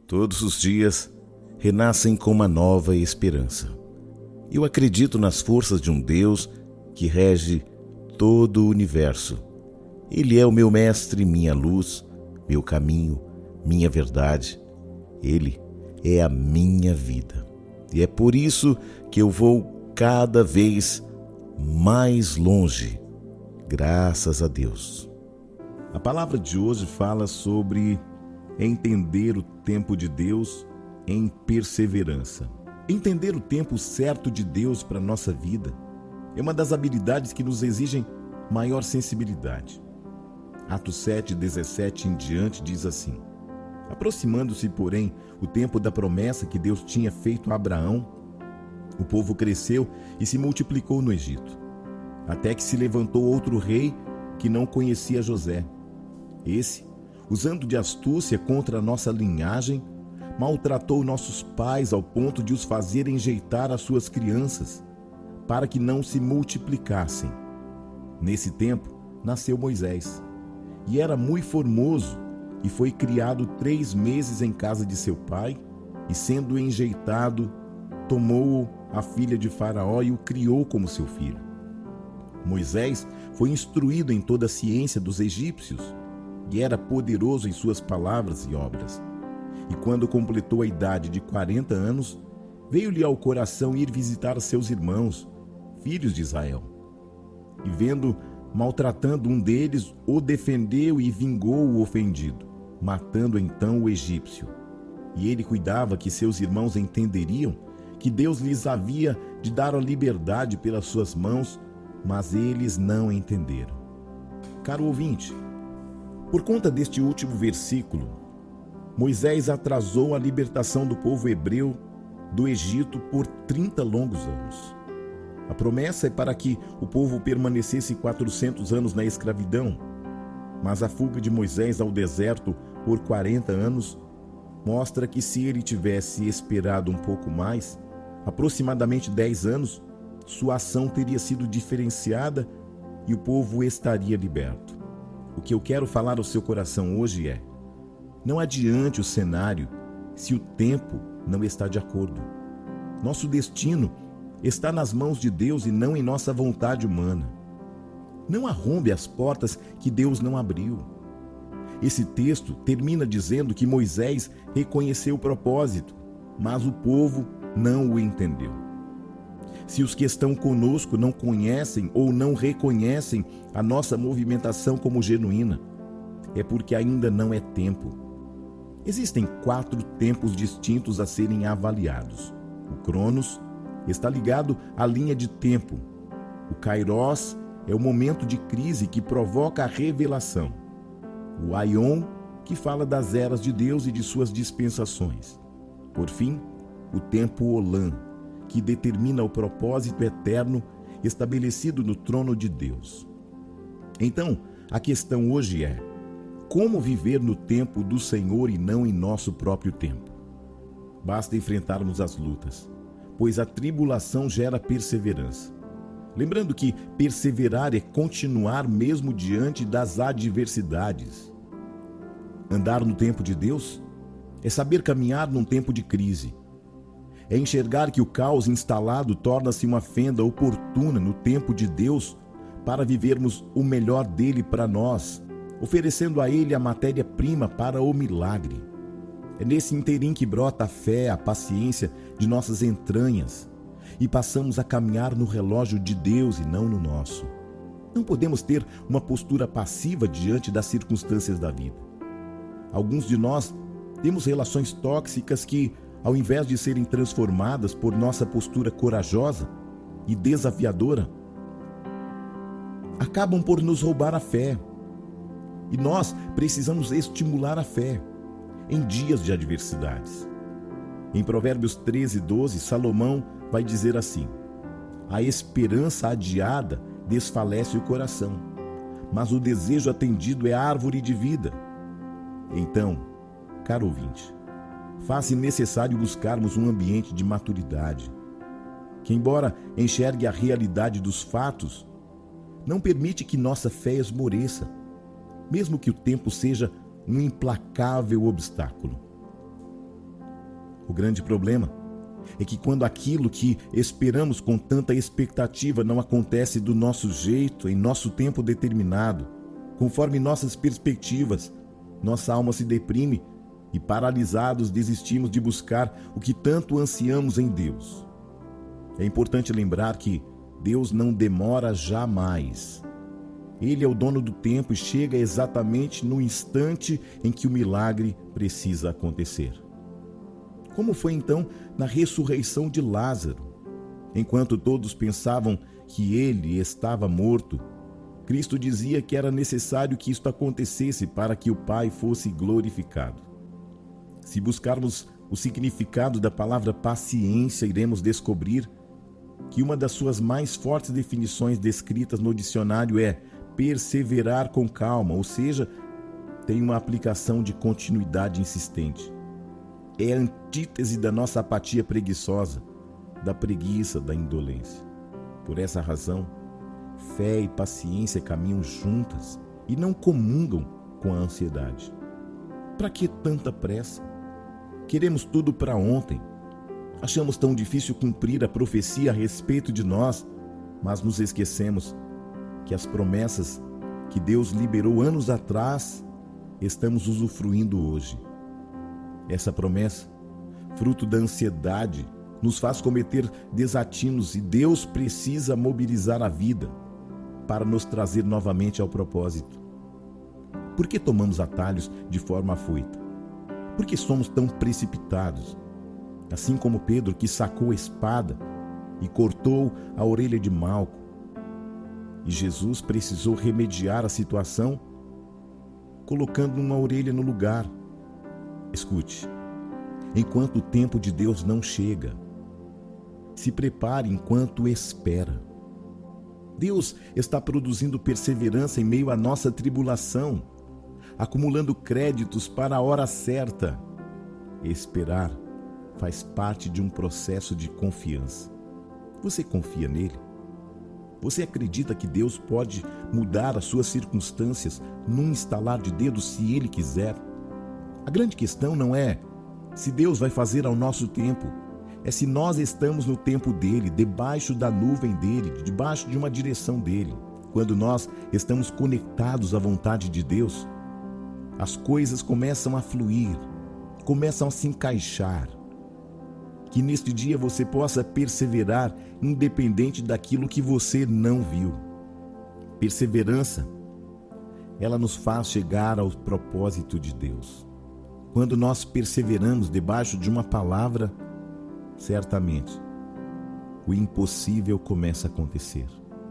Todos os dias renascem com uma nova esperança. Eu acredito nas forças de um Deus que rege todo o universo. Ele é o meu mestre, minha luz, meu caminho, minha verdade. Ele é a minha vida. E é por isso que eu vou cada vez mais longe, graças a Deus. A palavra de hoje fala sobre entender o tempo de Deus em perseverança. Entender o tempo certo de Deus para a nossa vida é uma das habilidades que nos exigem maior sensibilidade. Atos 7:17 em diante diz assim: aproximando-se, porém, o tempo da promessa que Deus tinha feito a Abraão, o povo cresceu e se multiplicou no Egito, até que se levantou outro rei que não conhecia José. Esse, usando de astúcia contra a nossa linhagem, maltratou nossos pais ao ponto de os fazer enjeitar as suas crianças, para que não se multiplicassem. Nesse tempo, nasceu Moisés, e era muito formoso, e foi criado 3 meses em casa de seu pai, e sendo enjeitado, tomou a filha de Faraó e o criou como seu filho. Moisés foi instruído em toda a ciência dos egípcios, e era poderoso em suas palavras e obras. E quando completou a idade de 40 anos, veio-lhe ao coração ir visitar seus irmãos, filhos de Israel. E vendo maltratando um deles, o defendeu e vingou o ofendido, matando então o egípcio. E ele cuidava que seus irmãos entenderiam que Deus lhes havia de dar a liberdade pelas suas mãos, mas eles não entenderam. Caro ouvinte, por conta deste último versículo, Moisés atrasou a libertação do povo hebreu do Egito por 30 longos anos. A promessa é para que o povo permanecesse 400 anos na escravidão, mas a fuga de Moisés ao deserto por 40 anos mostra que se ele tivesse esperado um pouco mais, aproximadamente 10 anos, sua ação teria sido diferenciada e o povo estaria liberto. O que eu quero falar ao seu coração hoje é: não adiante o cenário se o tempo não está de acordo. Nosso destino está nas mãos de Deus e não em nossa vontade humana. Não arrombe as portas que Deus não abriu. Esse texto termina dizendo que Moisés reconheceu o propósito, mas o povo não o entendeu. Se os que estão conosco não conhecem ou não reconhecem a nossa movimentação como genuína, é porque ainda não é tempo. Existem 4 tempos distintos a serem avaliados. O Cronos está ligado à linha de tempo. O Kairos é o momento de crise que provoca a revelação. O Aion, que fala das eras de Deus e de suas dispensações. Por fim, o tempo Olam, que determina o propósito eterno estabelecido no trono de Deus. Então, a questão hoje é: como viver no tempo do Senhor e não em nosso próprio tempo? Basta enfrentarmos as lutas, pois a tribulação gera perseverança. Lembrando que perseverar é continuar mesmo diante das adversidades. Andar no tempo de Deus é saber caminhar num tempo de crise. É enxergar que o caos instalado torna-se uma fenda oportuna no tempo de Deus para vivermos o melhor dele para nós, oferecendo a ele a matéria-prima para o milagre. É nesse interim que brota a fé, a paciência de nossas entranhas e passamos a caminhar no relógio de Deus e não no nosso. Não podemos ter uma postura passiva diante das circunstâncias da vida. Alguns de nós temos relações tóxicas que, ao invés de serem transformadas por nossa postura corajosa e desafiadora, acabam por nos roubar a fé. E nós precisamos estimular a fé em dias de adversidades. Em Provérbios 13:12, Salomão vai dizer assim: a esperança adiada desfalece o coração, mas o desejo atendido é árvore de vida. Então, caro ouvinte, faz-se necessário buscarmos um ambiente de maturidade, que, embora enxergue a realidade dos fatos, não permite que nossa fé esmoreça, mesmo que o tempo seja um implacável obstáculo. O grande problema é que quando aquilo que esperamos com tanta expectativa não acontece do nosso jeito, em nosso tempo determinado, conforme nossas perspectivas, nossa alma se deprime e, paralisados, desistimos de buscar o que tanto ansiamos em Deus. É importante lembrar que Deus não demora jamais. Ele é o dono do tempo e chega exatamente no instante em que o milagre precisa acontecer. Como foi então na ressurreição de Lázaro? Enquanto todos pensavam que ele estava morto, Cristo dizia que era necessário que isto acontecesse para que o Pai fosse glorificado. Se buscarmos o significado da palavra paciência, iremos descobrir que uma das suas mais fortes definições descritas no dicionário é perseverar com calma, ou seja, tem uma aplicação de continuidade insistente. É a antítese da nossa apatia preguiçosa, da preguiça, da indolência. Por essa razão, fé e paciência caminham juntas e não comungam com a ansiedade. Para que tanta pressa? Queremos tudo para ontem. Achamos tão difícil cumprir a profecia a respeito de nós, mas nos esquecemos que as promessas que Deus liberou anos atrás, estamos usufruindo hoje. Essa promessa, fruto da ansiedade, nos faz cometer desatinos e Deus precisa mobilizar a vida para nos trazer novamente ao propósito. Por que tomamos atalhos de forma afoita? Por que somos tão precipitados? Assim como Pedro, que sacou a espada e cortou a orelha de Malco. E Jesus precisou remediar a situação colocando uma orelha no lugar. Escute, enquanto o tempo de Deus não chega, se prepare enquanto espera. Deus está produzindo perseverança em meio à nossa tribulação, acumulando créditos para a hora certa. Esperar faz parte de um processo de confiança. Você confia nele? Você acredita que Deus pode mudar as suas circunstâncias num estalar de dedos se Ele quiser? A grande questão não é se Deus vai fazer ao nosso tempo, é se nós estamos no tempo dele, debaixo da nuvem dele, debaixo de uma direção dele. Quando nós estamos conectados à vontade de Deus, as coisas começam a fluir, começam a se encaixar. Que neste dia você possa perseverar independente daquilo que você não viu. Perseverança, ela nos faz chegar ao propósito de Deus. Quando nós perseveramos debaixo de uma palavra, certamente o impossível começa a acontecer.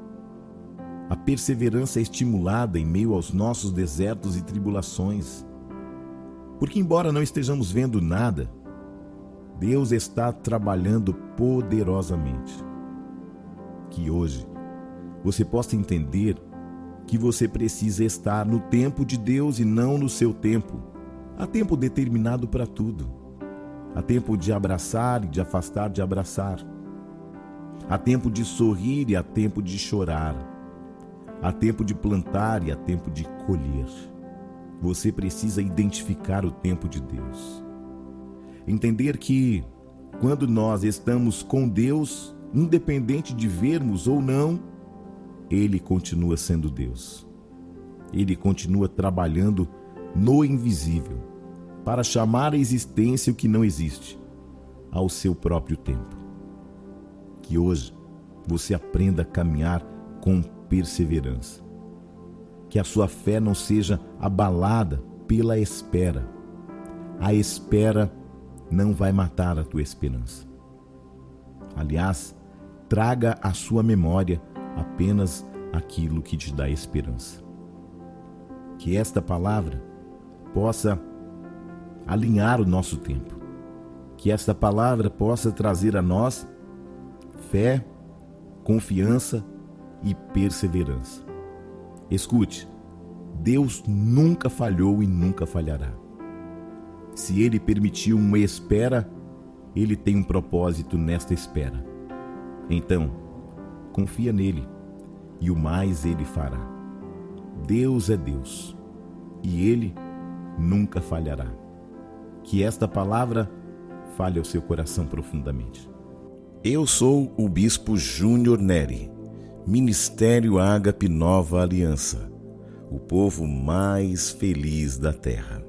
A perseverança é estimulada em meio aos nossos desertos e tribulações. Porque embora não estejamos vendo nada, Deus está trabalhando poderosamente. Que hoje você possa entender que você precisa estar no tempo de Deus e não no seu tempo. Há tempo determinado para tudo. Há tempo de abraçar e de afastar de abraçar. Há tempo de sorrir e há tempo de chorar. Há tempo de plantar e há tempo de colher. Você precisa identificar o tempo de Deus. Entender que quando nós estamos com Deus, independente de vermos ou não, Ele continua sendo Deus. Ele continua trabalhando no invisível para chamar à existência o que não existe, ao seu próprio tempo. Que hoje você aprenda a caminhar com perseverança. Que a sua fé não seja abalada pela espera. A espera não vai matar a tua esperança. Aliás, traga à sua memória apenas aquilo que te dá esperança. Que esta palavra possa alinhar o nosso tempo. Que esta palavra possa trazer a nós fé, confiança e perseverança. Escute, Deus nunca falhou e nunca falhará. Se Ele permitiu uma espera, Ele tem um propósito nesta espera. Então, confia nele e o mais Ele fará. Deus é Deus e Ele nunca falhará. Que esta palavra fale ao seu coração profundamente. Eu sou o Bispo Júnior Neri, Ministério Ágape Nova Aliança, o povo mais feliz da terra.